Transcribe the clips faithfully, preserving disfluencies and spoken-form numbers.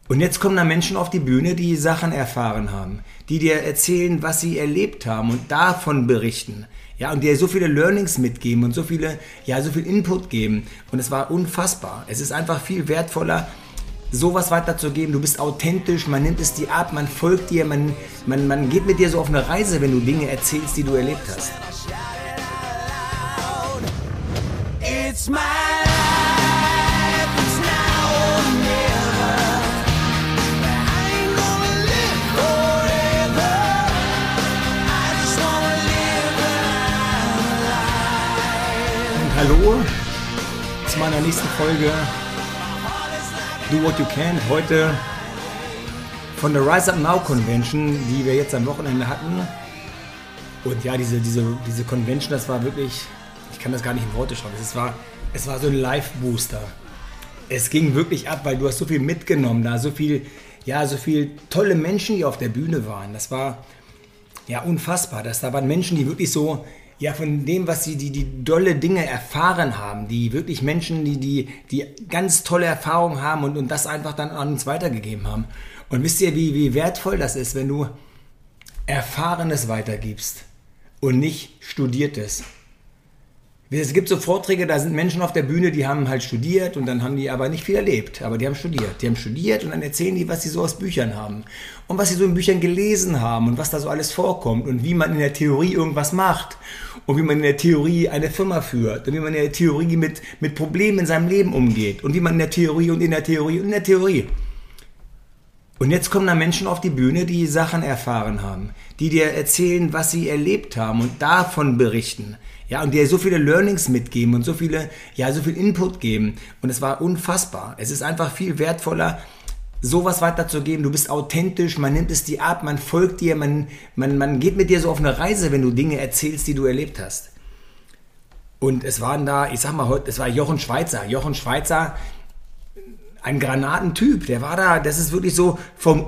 Und jetzt kommen da Menschen auf die Bühne, die Sachen erfahren haben, die dir erzählen, was sie erlebt haben und davon berichten. Ja, und dir so viele Learnings mitgeben und so viele, ja, so viel Input geben. Und es war unfassbar. Es ist einfach viel wertvoller, sowas weiterzugeben. Du bist authentisch, man nimmt es dir ab, man folgt dir, man, man, man geht mit dir so auf eine Reise, wenn du Dinge erzählst, die du erlebt hast. It's my life, it's now or never. I ain't gonna live forever. I just wanna live my life. Und hallo zu meiner nächsten Folge Do What You Can. Heute von der Rise Up Now Convention, die wir jetzt am Wochenende hatten. Und ja, diese, diese, diese Convention, das war wirklich... Ich kann das gar nicht in Worte schreiben. Es war, es war so ein Live-Booster. Es ging wirklich ab, weil du hast so viel mitgenommen da, so viel, ja, so viel tolle Menschen, die auf der Bühne waren. Das war ja unfassbar. Das, da waren Menschen, die wirklich so, ja, von dem, was sie, die, die dolle Dinge erfahren haben, die wirklich Menschen, die, die, die ganz tolle Erfahrungen haben und, und das einfach dann an uns weitergegeben haben. Und wisst ihr, wie, wie wertvoll das ist, wenn du Erfahrenes weitergibst und nicht Studiertes. Es gibt so Vorträge, da sind Menschen auf der Bühne, die haben halt studiert und dann haben die aber nicht viel erlebt, aber die haben studiert. Die haben studiert und dann erzählen die, was sie so aus Büchern haben und was sie so in Büchern gelesen haben und was da so alles vorkommt und wie man in der Theorie irgendwas macht und wie man in der Theorie eine Firma führt und wie man in der Theorie mit, mit Problemen in seinem Leben umgeht und wie man in der Theorie und in der Theorie und in der Theorie. Und jetzt kommen da Menschen auf die Bühne, die Sachen erfahren haben, die dir erzählen, was sie erlebt haben und davon berichten. Ja, und dir so viele Learnings mitgeben und so viele, ja, so viel Input geben. Und es war unfassbar. Es ist einfach viel wertvoller, sowas weiterzugeben. Du bist authentisch, man nimmt es dir ab, man folgt dir, man, man, man geht mit dir so auf eine Reise, wenn du Dinge erzählst, die du erlebt hast. Und es waren da, ich sag mal heute, es war Jochen Schweizer. Jochen Schweizer, ein Granatentyp, der war da, das ist wirklich so vom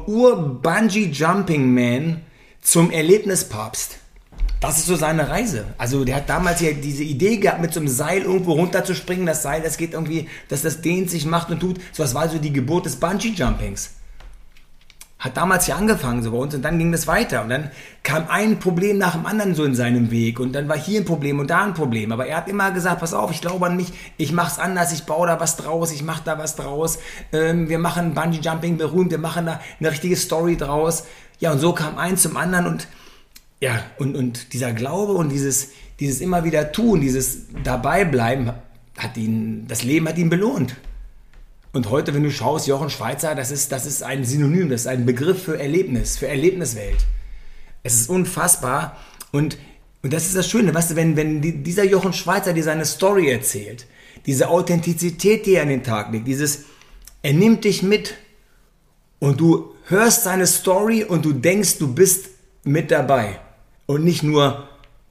Ur-Bungee-Jumping-Man zum Erlebnispapst. Das ist so seine Reise. Also der hat damals ja diese Idee gehabt, mit so einem Seil irgendwo runterzuspringen. Das Seil, das geht irgendwie, dass das dehnt sich, macht und tut. So, das war so die Geburt des Bungee-Jumpings. Hat damals ja angefangen so bei uns und dann ging das weiter. Und dann kam ein Problem nach dem anderen so in seinem Weg. Und dann war hier ein Problem und da ein Problem. Aber er hat immer gesagt, pass auf, ich glaube an mich, ich mach's anders, ich baue da was draus, ich mach da was draus. Ähm, wir machen Bungee-Jumping berühmt, wir machen da eine richtige Story draus. Ja, und so kam eins zum anderen und Ja, und, und dieser Glaube und dieses, dieses immer wieder tun, dieses Dabeibleiben, hat ihn, das Leben hat ihn belohnt. Und heute, wenn du schaust, Jochen Schweizer, das ist, das ist ein Synonym, das ist ein Begriff für Erlebnis, für Erlebniswelt. Es ist unfassbar. Und, und das ist das Schöne, weißt du, wenn, wenn die, dieser Jochen Schweizer dir seine Story erzählt, diese Authentizität, die er an den Tag legt, dieses, er nimmt dich mit und du hörst seine Story und du denkst, du bist mit dabei. Und nicht nur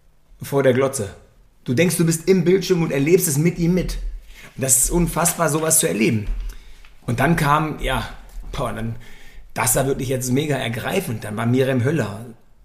vor der Glotze. Du denkst, du bist im Bildschirm und erlebst es mit ihm mit. Und das ist unfassbar, sowas zu erleben. Und dann kam, ja, boah, dann, das war wirklich jetzt mega ergreifend. Dann war Miriam Höller,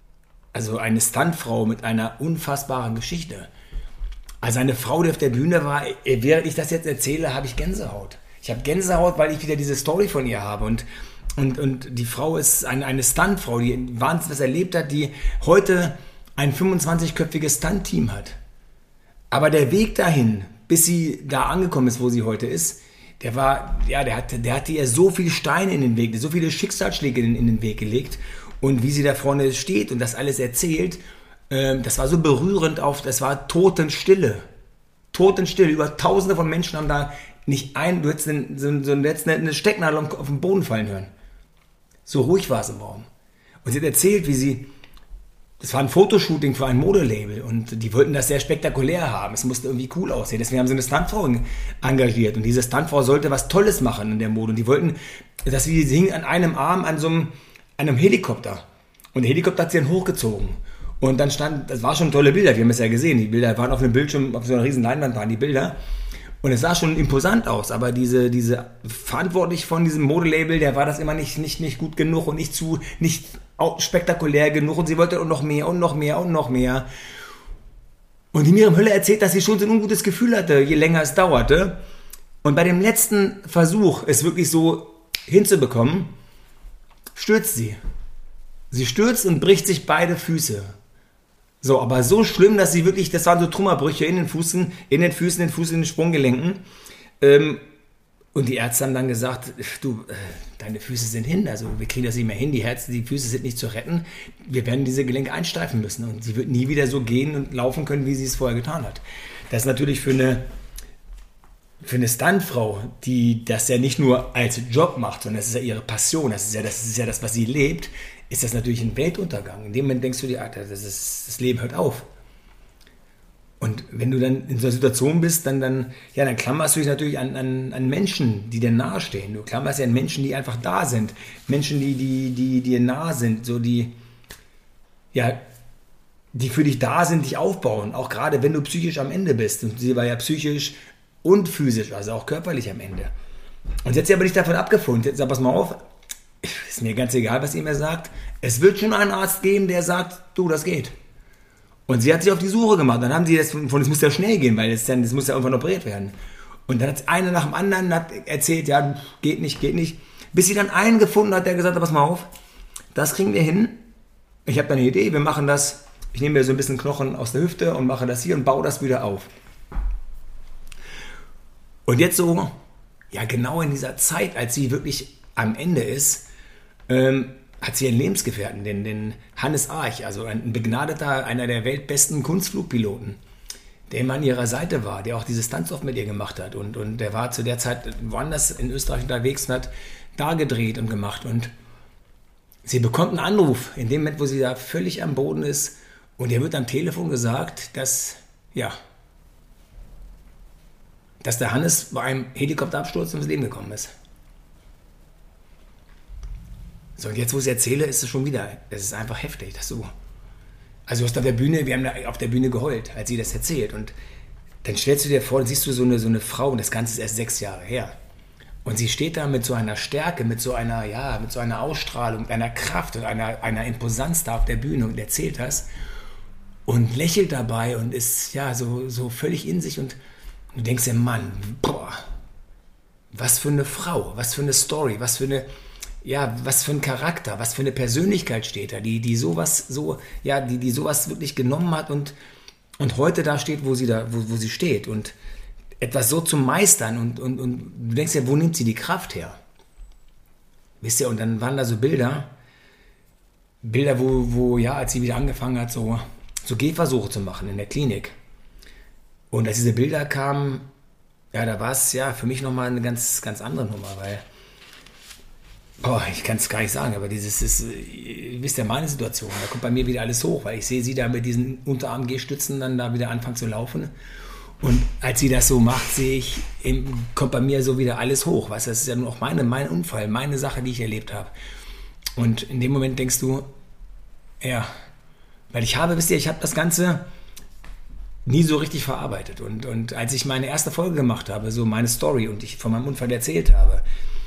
also eine Stuntfrau mit einer unfassbaren Geschichte. Also eine Frau, die auf der Bühne war, während ich das jetzt erzähle, habe ich Gänsehaut. Ich habe Gänsehaut, weil ich wieder diese Story von ihr habe. Und Und, und die Frau ist eine, eine Stuntfrau, die wahnsinnig was erlebt hat, die heute ein fünfundzwanzigköpfiges Stunt-Team hat. Aber der Weg dahin, bis sie da angekommen ist, wo sie heute ist, der war, ja, der hatte, der hatte ihr so viele Steine in den Weg, so viele Schicksalsschläge in, in den Weg gelegt. Und wie sie da vorne steht und das alles erzählt, äh, das war so berührend auf, das war Totenstille. Totenstille. Über Tausende von Menschen haben da nicht ein, du hättest eine, so, so eine, eine Stecknadel auf den Boden fallen hören. So ruhig war es im Raum. Und sie hat erzählt, wie sie, das war ein Fotoshooting für ein Modelabel und die wollten das sehr spektakulär haben. Es musste irgendwie cool aussehen. Deswegen haben sie eine Stuntfrau engagiert und diese Stuntfrau sollte was Tolles machen in der Mode. Und die wollten, dass sie, sie hing an einem Arm an so einem, einem Helikopter. Und der Helikopter hat sie dann hochgezogen. Und dann stand, das waren schon tolle Bilder, wir haben es ja gesehen. Die Bilder waren auf einem Bildschirm, auf so einer riesen Leinwand waren die Bilder. Und es sah schon imposant aus, aber diese, diese verantwortlich von diesem Modelabel, der war das immer nicht, nicht, nicht gut genug und nicht zu, nicht spektakulär genug und sie wollte auch noch mehr und noch mehr und noch mehr. Und die Miriam Höller erzählt, dass sie schon so ein ungutes Gefühl hatte, je länger es dauerte. Und bei dem letzten Versuch ist wirklich so hinzubekommen, stürzt sie. Sie stürzt und bricht sich beide Füße. So, aber so schlimm, dass sie wirklich, das waren so Trümmerbrüche in den Füßen, in den Füßen, in den Füßen, in den Sprunggelenken. Ähm, und die Ärzte haben dann gesagt, du, äh, deine Füße sind hin, also wir kriegen das nicht mehr hin, die Herzen, die Füße sind nicht zu retten, wir werden diese Gelenke einstreifen müssen und sie wird nie wieder so gehen und laufen können, wie sie es vorher getan hat. Das ist natürlich für eine, für eine Stuntfrau, die das ja nicht nur als Job macht, sondern das ist ja ihre Passion, das ist ja das, ist ja das was sie lebt, ist das natürlich ein Weltuntergang. In dem Moment denkst du dir, Alter, das, ist, das Leben hört auf. Und wenn du dann in so einer Situation bist, dann, dann, ja, dann klammerst du dich natürlich an, an, an Menschen, die dir nahestehen. Du klammerst ja an Menschen, die einfach da sind. Menschen, die, die, die dir nah sind, so die, ja, die für dich da sind, dich aufbauen. Auch gerade, wenn du psychisch am Ende bist. Und sie war ja psychisch und physisch, also auch körperlich am Ende. Und jetzt hat sie aber nicht davon abgefunden. Jetzt sag, pass mal auf, ist mir ganz egal, was ihr mir sagt. Es wird schon einen Arzt geben, der sagt, du, das geht. Und sie hat sich auf die Suche gemacht. Dann haben sie das von, es muss ja schnell gehen, weil das, dann, das muss ja irgendwann operiert werden. Und dann hat einer nach dem anderen hat erzählt, ja, geht nicht, geht nicht. Bis sie dann einen gefunden hat, der gesagt hat, pass mal auf, das kriegen wir hin. Ich habe da eine Idee, wir machen das. Ich nehme mir so ein bisschen Knochen aus der Hüfte und mache das hier und baue das wieder auf. Und jetzt so, ja genau in dieser Zeit, als sie wirklich am Ende ist, ähm, hat sie einen Lebensgefährten, den, den Hannes Arch, also ein begnadeter, einer der weltbesten Kunstflugpiloten, der immer an ihrer Seite war, der auch diese Stunts oft mit ihr gemacht hat. Und, und der war zu der Zeit woanders in Österreich unterwegs und hat da gedreht und gemacht. Und sie bekommt einen Anruf, in dem Moment, wo sie da völlig am Boden ist. Und ihr wird am Telefon gesagt, dass, ja, dass der Hannes bei einem Helikopterabsturz ums Leben gekommen ist. So, und jetzt, wo ich es erzähle, ist es schon wieder, das ist einfach heftig, das so. Also du hast auf der Bühne, wir haben da auf der Bühne geheult, als sie das erzählt. Und dann stellst du dir vor, dann siehst du so eine, so eine Frau, und das Ganze ist erst sechs Jahre her. Und sie steht da mit so einer Stärke, mit so einer, ja, mit so einer Ausstrahlung, mit einer Kraft und einer, einer Imposanz da auf der Bühne und erzählt das. Und lächelt dabei und ist, ja, so, so völlig in sich. Und du denkst dir, Mann, boah, was für eine Frau, was für eine Story, was für eine... Ja, was für ein Charakter, was für eine Persönlichkeit steht da, die, die sowas so, ja, die, die sowas wirklich genommen hat und, und heute da steht, wo sie da, wo, wo sie steht. Und etwas so zu meistern und, und, und du denkst ja, wo nimmt sie die Kraft her? Wisst ihr, und dann waren da so Bilder, Bilder, wo, wo, ja, als sie wieder angefangen hat, so, so Gehversuche zu machen in der Klinik. Und als diese Bilder kamen, ja, da war es ja für mich nochmal eine ganz, ganz andere Nummer, weil Boah, ich kann es gar nicht sagen, aber dieses ist, ihr wisst ja meine Situation, da kommt bei mir wieder alles hoch, weil ich sehe sie da mit diesen Unterarm-Gehstützen dann da wieder anfangen zu laufen. Und als sie das so macht, sehe ich, kommt bei mir so wieder alles hoch. Weißt du, das ist ja nur noch meine, mein Unfall, meine Sache, die ich erlebt habe. Und in dem Moment denkst du, ja, weil ich habe, wisst ihr, ich habe das Ganze nie so richtig verarbeitet. Und, und als ich meine erste Folge gemacht habe, so meine Story und ich von meinem Unfall erzählt habe,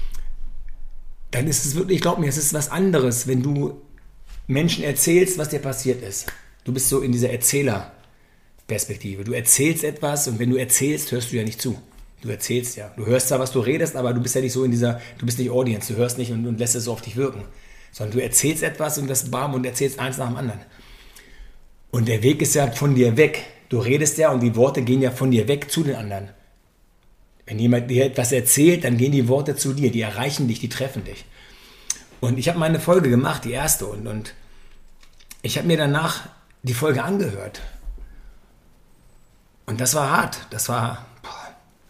dann ist es wirklich, glaub mir, es ist was anderes, wenn du Menschen erzählst, was dir passiert ist. Du bist so in dieser Erzählerperspektive. Du erzählst etwas und wenn du erzählst, hörst du ja nicht zu. Du erzählst ja. Du hörst zwar, was du redest, aber du bist ja nicht so in dieser, du bist nicht Audience, du hörst nicht und, und lässt es so auf dich wirken. Sondern du erzählst etwas und das bam und erzählst eins nach dem anderen. Und der Weg ist ja von dir weg. Du redest ja und die Worte gehen ja von dir weg zu den anderen. Wenn jemand dir etwas erzählt, dann gehen die Worte zu dir, die erreichen dich, die treffen dich. Und ich habe meine Folge gemacht, die erste, und, und ich habe mir danach die Folge angehört. Und das war hart, das war... Boah.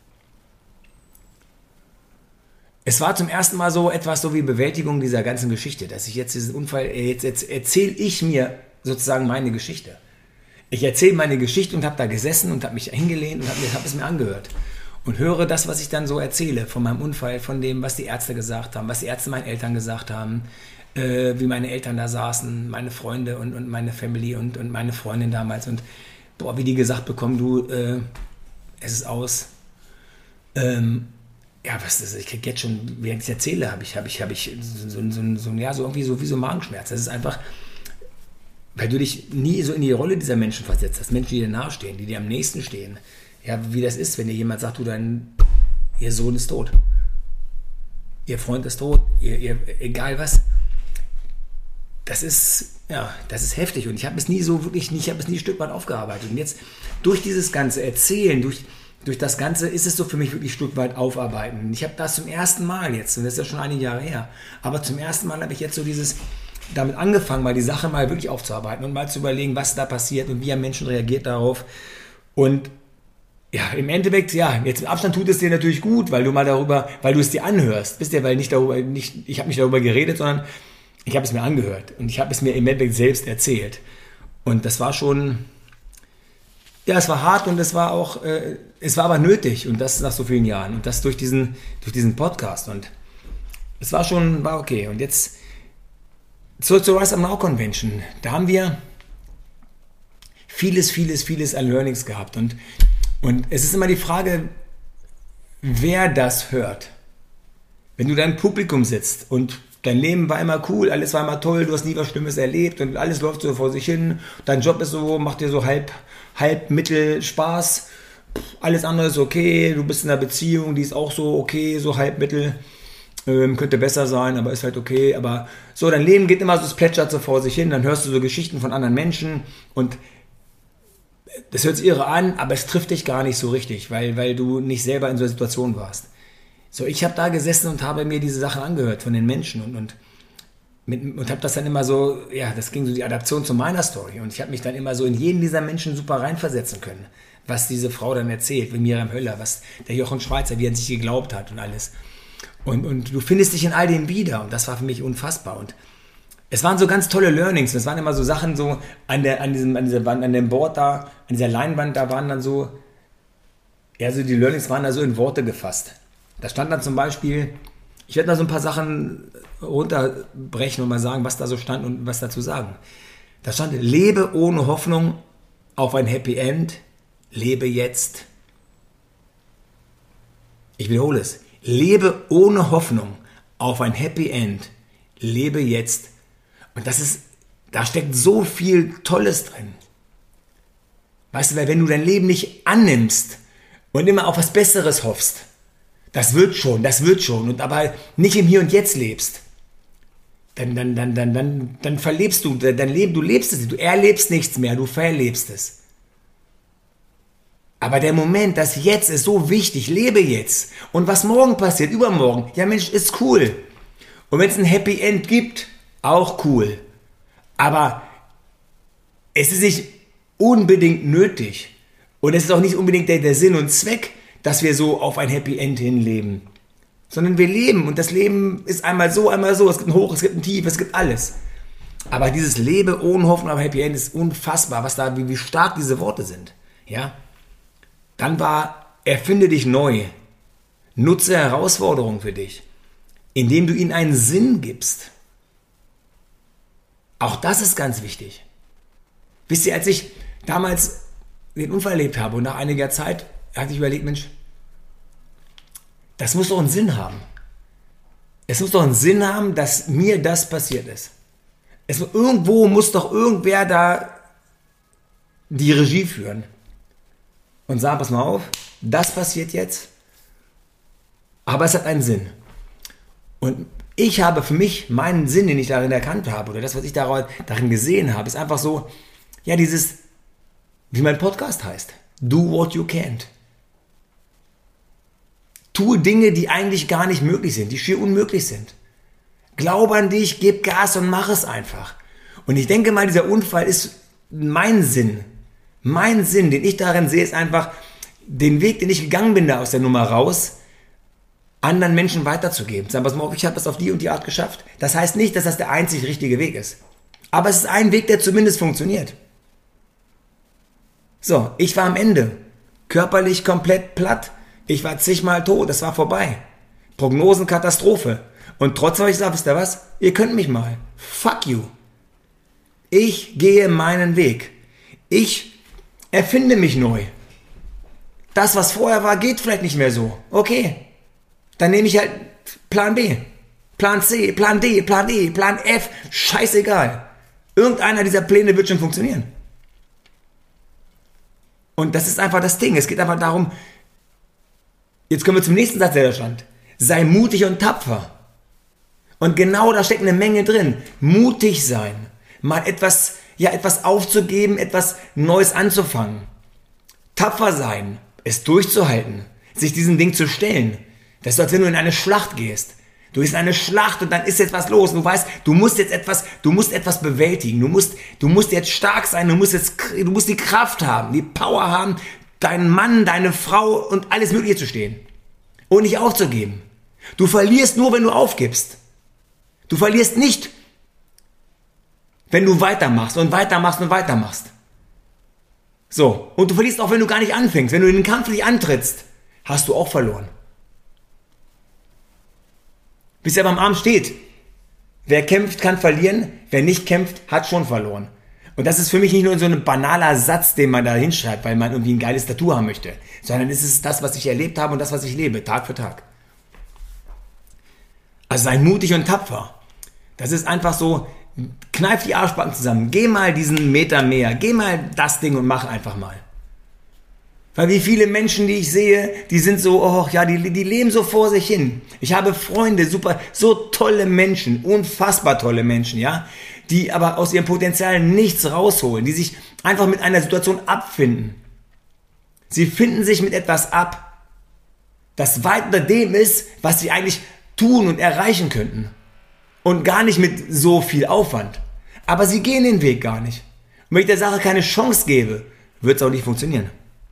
Es war zum ersten Mal so etwas so wie Bewältigung dieser ganzen Geschichte, dass ich jetzt diesen Unfall, jetzt, jetzt erzähle ich mir sozusagen meine Geschichte. Ich erzähle meine Geschichte und habe da gesessen und habe mich hingelehnt und habe hab es mir angehört. Und höre das, was ich dann so erzähle von meinem Unfall, von dem, was die Ärzte gesagt haben, was die Ärzte meinen Eltern gesagt haben, äh, wie meine Eltern da saßen, meine Freunde und, und meine Family und, und meine Freundin damals. Und boah, wie die gesagt bekommen, du, äh, es ist aus. Ähm, ja, was ist das? Ich krieg jetzt schon, während ich erzähle, habe ich, habe ich, habe ich so, so, so, so, ja, so irgendwie so wie so Magenschmerz. Das ist einfach, weil du dich nie so in die Rolle dieser Menschen versetzt hast, Menschen, die dir nahestehen, die dir am nächsten stehen. Ja, wie das ist, wenn dir jemand sagt, du, dein, ihr Sohn ist tot. ihr Freund ist tot, ihr, ihr, egal was. Das ist, ja, das ist heftig und ich habe es nie so wirklich, ich habe es nie ein Stück weit aufgearbeitet. Und jetzt durch dieses ganze Erzählen, durch, durch das Ganze ist es so für mich wirklich ein Stück weit aufarbeiten. Ich habe das zum ersten Mal jetzt, und das ist ja schon einige Jahre her, aber zum ersten Mal habe ich jetzt so dieses, damit angefangen, mal die Sache mal wirklich aufzuarbeiten und mal zu überlegen, was da passiert und wie ein Mensch reagiert darauf. Und ja, im Endeffekt, ja, jetzt im Abstand tut es dir natürlich gut, weil du mal darüber, weil du es dir anhörst. Wisst ihr, weil nicht darüber, nicht, ich habe nicht darüber geredet, sondern ich habe es mir angehört und ich habe es mir im Endeffekt selbst erzählt. Und das war schon, ja, es war hart und es war auch, äh, es war aber nötig und das nach so vielen Jahren und das durch diesen, durch diesen Podcast und es war schon, war okay. Und jetzt zurück zur Rise Up Now Convention. Da haben wir vieles, vieles, vieles an Learnings gehabt und, und es ist immer die Frage, wer das hört. Wenn du da im Publikum sitzt und dein Leben war immer cool, alles war immer toll, du hast nie was Schlimmes erlebt und alles läuft so vor sich hin. Dein Job ist so, macht dir so halb, halb mittel Spaß. Alles andere ist okay, du bist in einer Beziehung, die ist auch so okay, so halb mittel. Ähm, könnte besser sein, aber ist halt okay. Aber so, dein Leben geht immer so, es plätschert so vor sich hin, dann hörst du so Geschichten von anderen Menschen und das hört sich irre an, aber es trifft dich gar nicht so richtig, weil, weil du nicht selber in so einer Situation warst. So, ich habe da gesessen und habe mir diese Sachen angehört von den Menschen und, und, mit, und habe das dann immer so, ja, das ging so die Adaption zu meiner Story und ich habe mich dann immer so in jeden dieser Menschen super reinversetzen können, was diese Frau dann erzählt, wie Miriam Höller, was der Jochen Schweizer, wie er an sich geglaubt hat und alles. Und, und du findest dich in all dem wieder und das war für mich unfassbar und es waren so ganz tolle Learnings, es waren immer so Sachen so an der, an diesem, an dieser Wand, an dem Board da, an dieser Leinwand, da waren dann so, ja, so die Learnings waren da so in Worte gefasst. Da stand dann zum Beispiel, ich werde mal so ein paar Sachen runterbrechen und mal sagen, was da so stand und was dazu sagen. Da stand, lebe ohne Hoffnung auf ein Happy End, lebe jetzt. Ich wiederhole es, lebe ohne Hoffnung auf ein Happy End, lebe jetzt. Und das ist, da steckt so viel Tolles drin. Weißt du, weil wenn du dein Leben nicht annimmst und immer auf was Besseres hoffst, das wird schon, das wird schon, und aber nicht im Hier und Jetzt lebst, dann, dann, dann, dann, dann, dann verlebst du dein Leben, du lebst es nicht, du erlebst nichts mehr, du verlebst es. Aber der Moment, das Jetzt ist so wichtig, lebe jetzt. Und was morgen passiert, übermorgen, ja Mensch, ist cool. Und wenn es ein Happy End gibt, auch cool. Aber es ist nicht unbedingt nötig. Und es ist auch nicht unbedingt der, der Sinn und Zweck, dass wir so auf ein Happy End hinleben. Sondern wir leben und das Leben ist einmal so, einmal so. Es gibt ein Hoch, es gibt ein Tief, es gibt alles. Aber dieses Lebe ohne Hoffnung auf ein Happy End ist unfassbar, was da, wie, wie stark diese Worte sind. Ja? Dann war, erfinde dich neu. Nutze Herausforderungen für dich, indem du ihnen einen Sinn gibst. Auch das ist ganz wichtig. Wisst ihr, als ich damals den Unfall erlebt habe und nach einiger Zeit hatte ich überlegt, Mensch, das muss doch einen Sinn haben. Es muss doch einen Sinn haben, dass mir das passiert ist. Es, irgendwo muss doch irgendwer da die Regie führen und sagen, pass mal auf, das passiert jetzt, aber es hat einen Sinn. Und ich habe für mich meinen Sinn, den ich darin erkannt habe, oder das, was ich darin gesehen habe, ist einfach so, ja, dieses, wie mein Podcast heißt, do what you can't. Tue Dinge, die eigentlich gar nicht möglich sind, die schier unmöglich sind. Glaube an dich, gib Gas und mach es einfach. Und ich denke mal, dieser Unfall ist mein Sinn. Mein Sinn, den ich darin sehe, ist einfach, den Weg, den ich gegangen bin da aus der Nummer raus, anderen Menschen weiterzugeben. Sagen, pass mal auf, ich habe das auf die und die Art geschafft. Das heißt nicht, dass das der einzig richtige Weg ist. Aber es ist ein Weg, der zumindest funktioniert. So, ich war am Ende. Körperlich komplett platt. Ich war zigmal tot. Es war vorbei. Prognosen, Katastrophe. Und trotzdem habe ich gesagt, wisst ihr was? Ihr könnt mich mal. Fuck you. Ich gehe meinen Weg. Ich erfinde mich neu. Das, was vorher war, geht vielleicht nicht mehr so. Okay. Dann nehme ich halt Plan B, Plan C, Plan D, Plan E, Plan F, scheißegal. Irgendeiner dieser Pläne wird schon funktionieren. Und das ist einfach das Ding. Es geht einfach darum, jetzt kommen wir zum nächsten Satz, der da stand. Sei mutig und tapfer. Und genau da steckt eine Menge drin. Mutig sein, mal etwas, ja, etwas aufzugeben, etwas Neues anzufangen. Tapfer sein, es durchzuhalten, sich diesem Ding zu stellen. Das ist so, als wenn du in eine Schlacht gehst. Du bist in eine Schlacht und dann ist jetzt was los. Du weißt, du musst jetzt etwas, du musst etwas bewältigen. Du musst, du musst jetzt stark sein. Du musst jetzt, du musst die Kraft haben, die Power haben, deinen Mann, deine Frau und alles Mögliche zu stehen. Und nicht aufzugeben. Du verlierst nur, wenn du aufgibst. Du verlierst nicht, wenn du weitermachst und weitermachst und weitermachst. So. Und du verlierst auch, wenn du gar nicht anfängst. Wenn du in den Kampf nicht antrittst, hast du auch verloren. Bis er beim Arm steht. Wer kämpft, kann verlieren. Wer nicht kämpft, hat schon verloren. Und das ist für mich nicht nur so ein banaler Satz, den man da hinschreibt, weil man irgendwie ein geiles Tattoo haben möchte, sondern es ist das, was ich erlebt habe und das, was ich lebe, Tag für Tag. Also sei mutig und tapfer. Das ist einfach so, kneif die Arschbacken zusammen, geh mal diesen Meter mehr, geh mal das Ding und mach einfach mal. Weil wie viele Menschen, die ich sehe, die sind so, oh ja, die, die leben so vor sich hin. Ich habe Freunde, super, so tolle Menschen, unfassbar tolle Menschen, ja, die aber aus ihrem Potenzial nichts rausholen, die sich einfach mit einer Situation abfinden. Sie finden sich mit etwas ab, das weit unter dem ist, was sie eigentlich tun und erreichen könnten. Und gar nicht mit so viel Aufwand. Aber sie gehen den Weg gar nicht. Und wenn ich der Sache keine Chance gebe, wird es auch nicht funktionieren.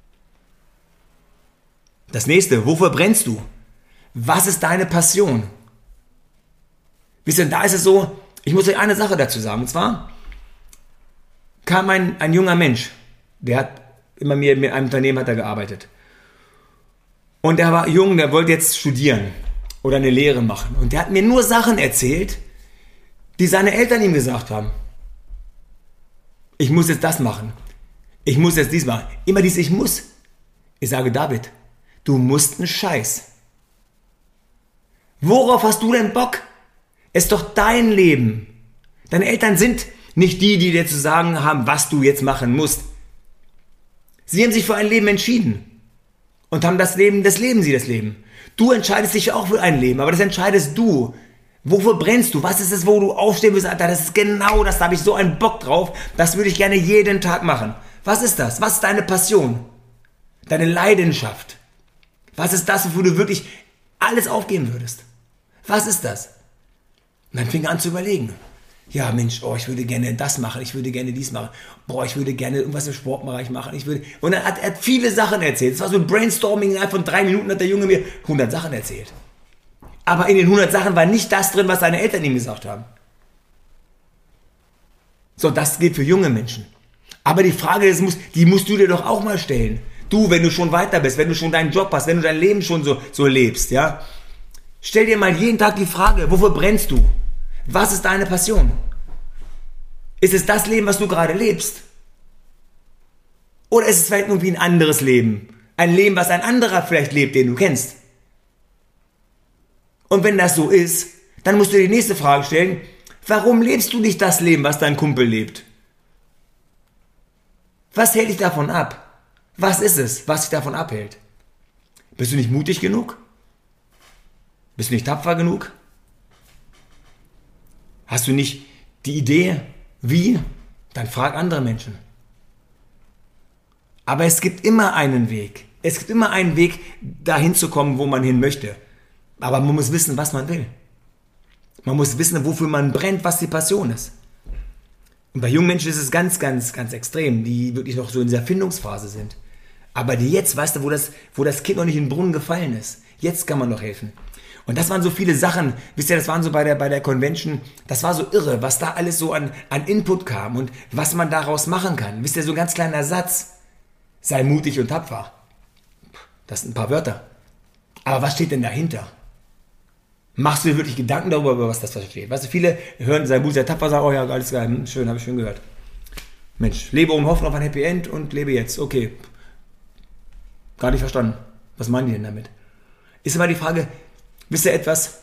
Das nächste, wofür brennst du? Was ist deine Passion? Wisst ihr, da ist es so, ich muss euch eine Sache dazu sagen. Und zwar kam ein, ein junger Mensch, der hat immer mehr mit einem Unternehmen hat er gearbeitet. Und der war jung, der wollte jetzt studieren oder eine Lehre machen. Und der hat mir nur Sachen erzählt, die seine Eltern ihm gesagt haben. Ich muss jetzt das machen. Ich muss jetzt dies machen. Immer dies, ich muss. Ich sage, David, du musst einen Scheiß. Worauf hast du denn Bock? Es ist doch dein Leben. Deine Eltern sind nicht die, die dir zu sagen haben, was du jetzt machen musst. Sie haben sich für ein Leben entschieden. Und haben das Leben, das leben sie, das Leben. Du entscheidest dich auch für ein Leben, aber das entscheidest du. Wofür brennst du? Was ist es, wo du aufstehen willst? Alter, das ist genau das, da habe ich so einen Bock drauf. Das würde ich gerne jeden Tag machen. Was ist das? Was ist deine Passion? Deine Leidenschaft? Was ist das, wofür du wirklich alles aufgeben würdest? Was ist das? Und dann fing er an zu überlegen. Ja, Mensch, oh, ich würde gerne das machen, ich würde gerne dies machen. Boah, ich würde gerne irgendwas im Sportbereich machen. Ich würde und er hat, er hat viele Sachen erzählt. Es war so ein Brainstorming, innerhalb von drei Minuten hat der Junge mir hundert Sachen erzählt. Aber in den hundert Sachen war nicht das drin, was seine Eltern ihm gesagt haben. So, das gilt für junge Menschen. Aber die Frage, das muss, die musst du dir doch auch mal stellen. Du, wenn du schon weiter bist, wenn du schon deinen Job hast, wenn du dein Leben schon so, so lebst, ja. Stell dir mal jeden Tag die Frage, wofür brennst du? Was ist deine Passion? Ist es das Leben, was du gerade lebst? Oder ist es vielleicht irgendwie ein anderes Leben? Ein Leben, was ein anderer vielleicht lebt, den du kennst? Und wenn das so ist, dann musst du dir die nächste Frage stellen, warum lebst du nicht das Leben, was dein Kumpel lebt? Was hält dich davon ab? Was ist es, was dich davon abhält? Bist du nicht mutig genug? Bist du nicht tapfer genug? Hast du nicht die Idee, wie? Dann frag andere Menschen. Aber es gibt immer einen Weg. Es gibt immer einen Weg, dahin zu kommen, wo man hin möchte. Aber man muss wissen, was man will. Man muss wissen, wofür man brennt, was die Passion ist. Und bei jungen Menschen ist es ganz, ganz, ganz extrem, die wirklich noch so in dieser Findungsphase sind. Aber die jetzt, weißt du, wo das, wo das Kind noch nicht in den Brunnen gefallen ist, jetzt kann man doch helfen. Und das waren so viele Sachen, wisst ihr, das waren so bei der, bei der Convention, das war so irre, was da alles so an, an Input kam und was man daraus machen kann. Wisst ihr, so ein ganz kleiner Satz, sei mutig und tapfer. Das sind ein paar Wörter. Aber was steht denn dahinter? Machst du dir wirklich Gedanken darüber, was das versteht? Weißt du, viele hören, sei mutig, sei tapfer, sagen, oh ja, alles geil, hm, schön, habe ich schön gehört. Mensch, lebe um Hoffen auf ein Happy End und lebe jetzt, okay. Gar nicht verstanden. Was meinen die denn damit? Ist immer die Frage, wisst ihr etwas?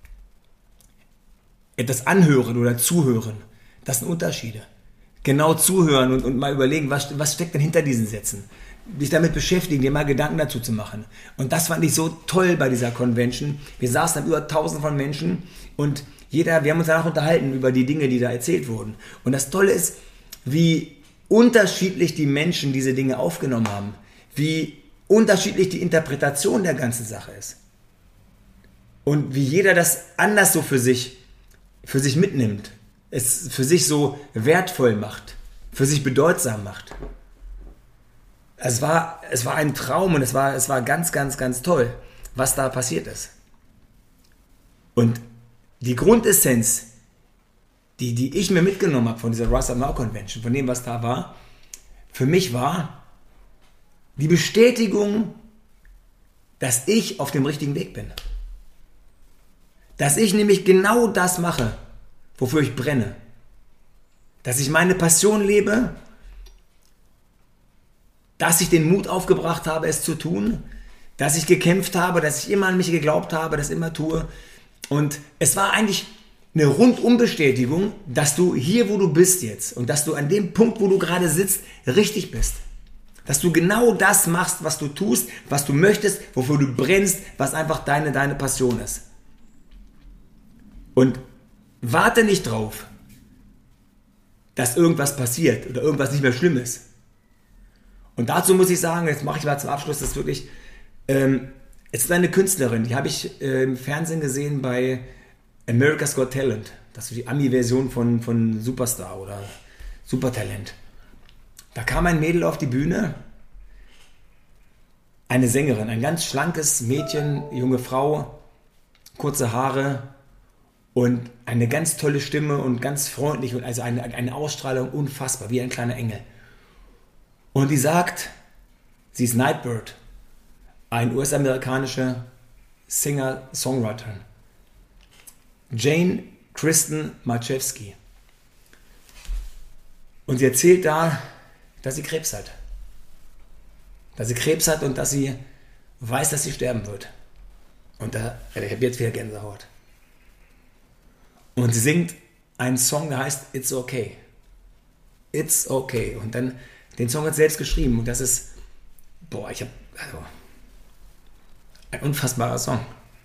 Etwas anhören oder zuhören, das sind Unterschiede. Genau zuhören und, und mal überlegen, was, was steckt denn hinter diesen Sätzen? Dich damit beschäftigen, dir mal Gedanken dazu zu machen. Und das fand ich so toll bei dieser Convention. Wir saßen dann über tausend von Menschen und Jeder, wir haben uns danach unterhalten über die Dinge, die da erzählt wurden. Und das Tolle ist, wie unterschiedlich die Menschen diese Dinge aufgenommen haben. Wie unterschiedlich die Interpretation der ganzen Sache ist. Und wie jeder das anders so für sich, für sich mitnimmt. Es für sich so wertvoll macht. Für sich bedeutsam macht. Es war, es war ein Traum und es war, es war ganz, ganz, ganz toll, was da passiert ist. Und die Grundessenz, die, die ich mir mitgenommen habe von dieser Ras Al-Amarr Convention, von dem, was da war, für mich war die Bestätigung, dass ich auf dem richtigen Weg bin. Dass ich nämlich genau das mache, wofür ich brenne. Dass ich meine Passion lebe, dass ich den Mut aufgebracht habe, es zu tun, dass ich gekämpft habe, dass ich immer an mich geglaubt habe, das immer tue. Und es war eigentlich eine Rundumbestätigung, dass du hier, wo du bist jetzt und dass du an dem Punkt, wo du gerade sitzt, richtig bist. Dass du genau das machst, was du tust, was du möchtest, wofür du brennst, was einfach deine, deine Passion ist. Und warte nicht drauf, dass irgendwas passiert oder irgendwas nicht mehr schlimm ist. Und dazu muss ich sagen, jetzt mache ich mal zum Abschluss das wirklich, ähm, es ist eine Künstlerin, die habe ich äh, im Fernsehen gesehen bei America's Got Talent. Das ist die Ami-Version von, von Superstar oder Supertalent. Da kam ein Mädel auf die Bühne, eine Sängerin, ein ganz schlankes Mädchen, junge Frau, kurze Haare und eine ganz tolle Stimme und ganz freundlich und also eine, eine Ausstrahlung unfassbar, wie ein kleiner Engel. Und die sagt, sie ist Nightbird, ein U S-amerikanischer Singer-Songwriter. Jane Kristen Marczewski. Und sie erzählt da, dass sie Krebs hat. Dass sie Krebs hat und dass sie weiß, dass sie sterben wird. Und da, ich habe jetzt wieder Gänsehaut. Und sie singt einen Song, der heißt It's Okay. It's Okay. Und dann, den Song hat sie selbst geschrieben. Und das ist, boah, ich habe, also, ein unfassbarer Song.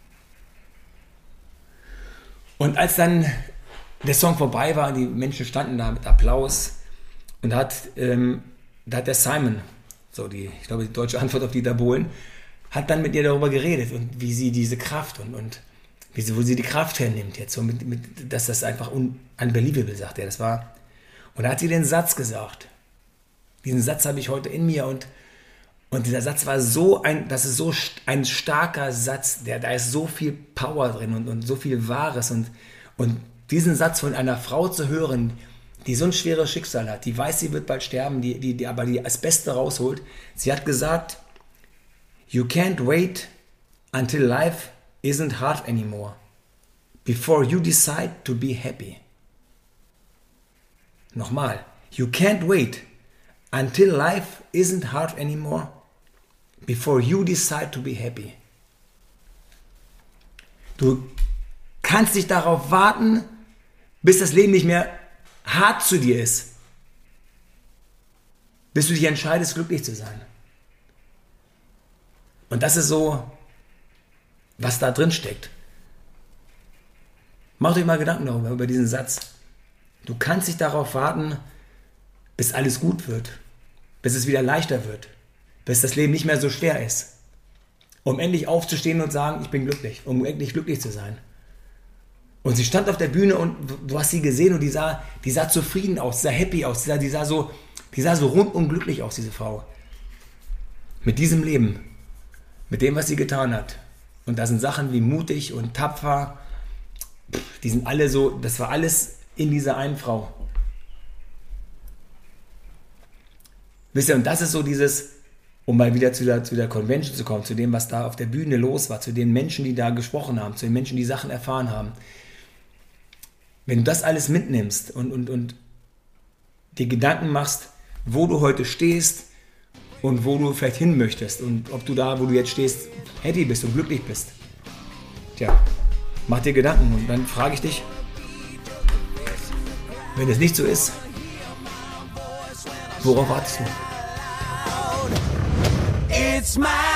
Und als dann der Song vorbei war, die Menschen standen da mit Applaus und da hat, ähm, da hat der Simon, so die, ich glaube die deutsche Antwort auf Dieter Bohlen, hat dann mit ihr darüber geredet und wie sie diese Kraft und, und wie sie, wo sie die Kraft hernimmt jetzt, so mit, mit, dass das einfach un, unbelievable, sagt er, das war. Und da hat sie den Satz gesagt. Diesen Satz habe ich heute in mir und Und dieser Satz war so ein, das ist so ein starker Satz, der, da ist so viel Power drin und, und so viel Wahres. Und, und diesen Satz von einer Frau zu hören, die so ein schweres Schicksal hat, die weiß, sie wird bald sterben, die, die, die aber die das Beste rausholt. Sie hat gesagt, you can't wait until life isn't hard anymore, before you decide to be happy. Nochmal, you can't wait until life isn't hard anymore, before you decide to be happy. Du kannst nicht darauf warten, bis das Leben nicht mehr hart zu dir ist. Bis du dich entscheidest, glücklich zu sein. Und das ist so, was da drin steckt. Macht euch mal Gedanken darüber, über diesen Satz. Du kannst nicht darauf warten, bis alles gut wird, bis es wieder leichter wird, bis das Leben nicht mehr so schwer ist, um endlich aufzustehen und sagen, ich bin glücklich, um endlich glücklich zu sein. Und sie stand auf der Bühne und du hast sie gesehen und die sah, die sah zufrieden aus, die sah happy aus, die sah, die sah so, die sah so rundum glücklich aus, diese Frau. Mit diesem Leben, mit dem, was sie getan hat. Und da sind Sachen wie mutig und tapfer, die sind alle so, das war alles in dieser einen Frau. Wisst ihr, und das ist so dieses, um mal wieder zu der, zu der Convention zu kommen, zu dem, was da auf der Bühne los war, zu den Menschen, die da gesprochen haben, zu den Menschen, die Sachen erfahren haben. Wenn du das alles mitnimmst und, und, und dir Gedanken machst, wo du heute stehst und wo du vielleicht hin möchtest und ob du da, wo du jetzt stehst, happy bist und glücklich bist. Tja, mach dir Gedanken und dann frage ich dich, wenn es nicht so ist, worauf wartest du? It's my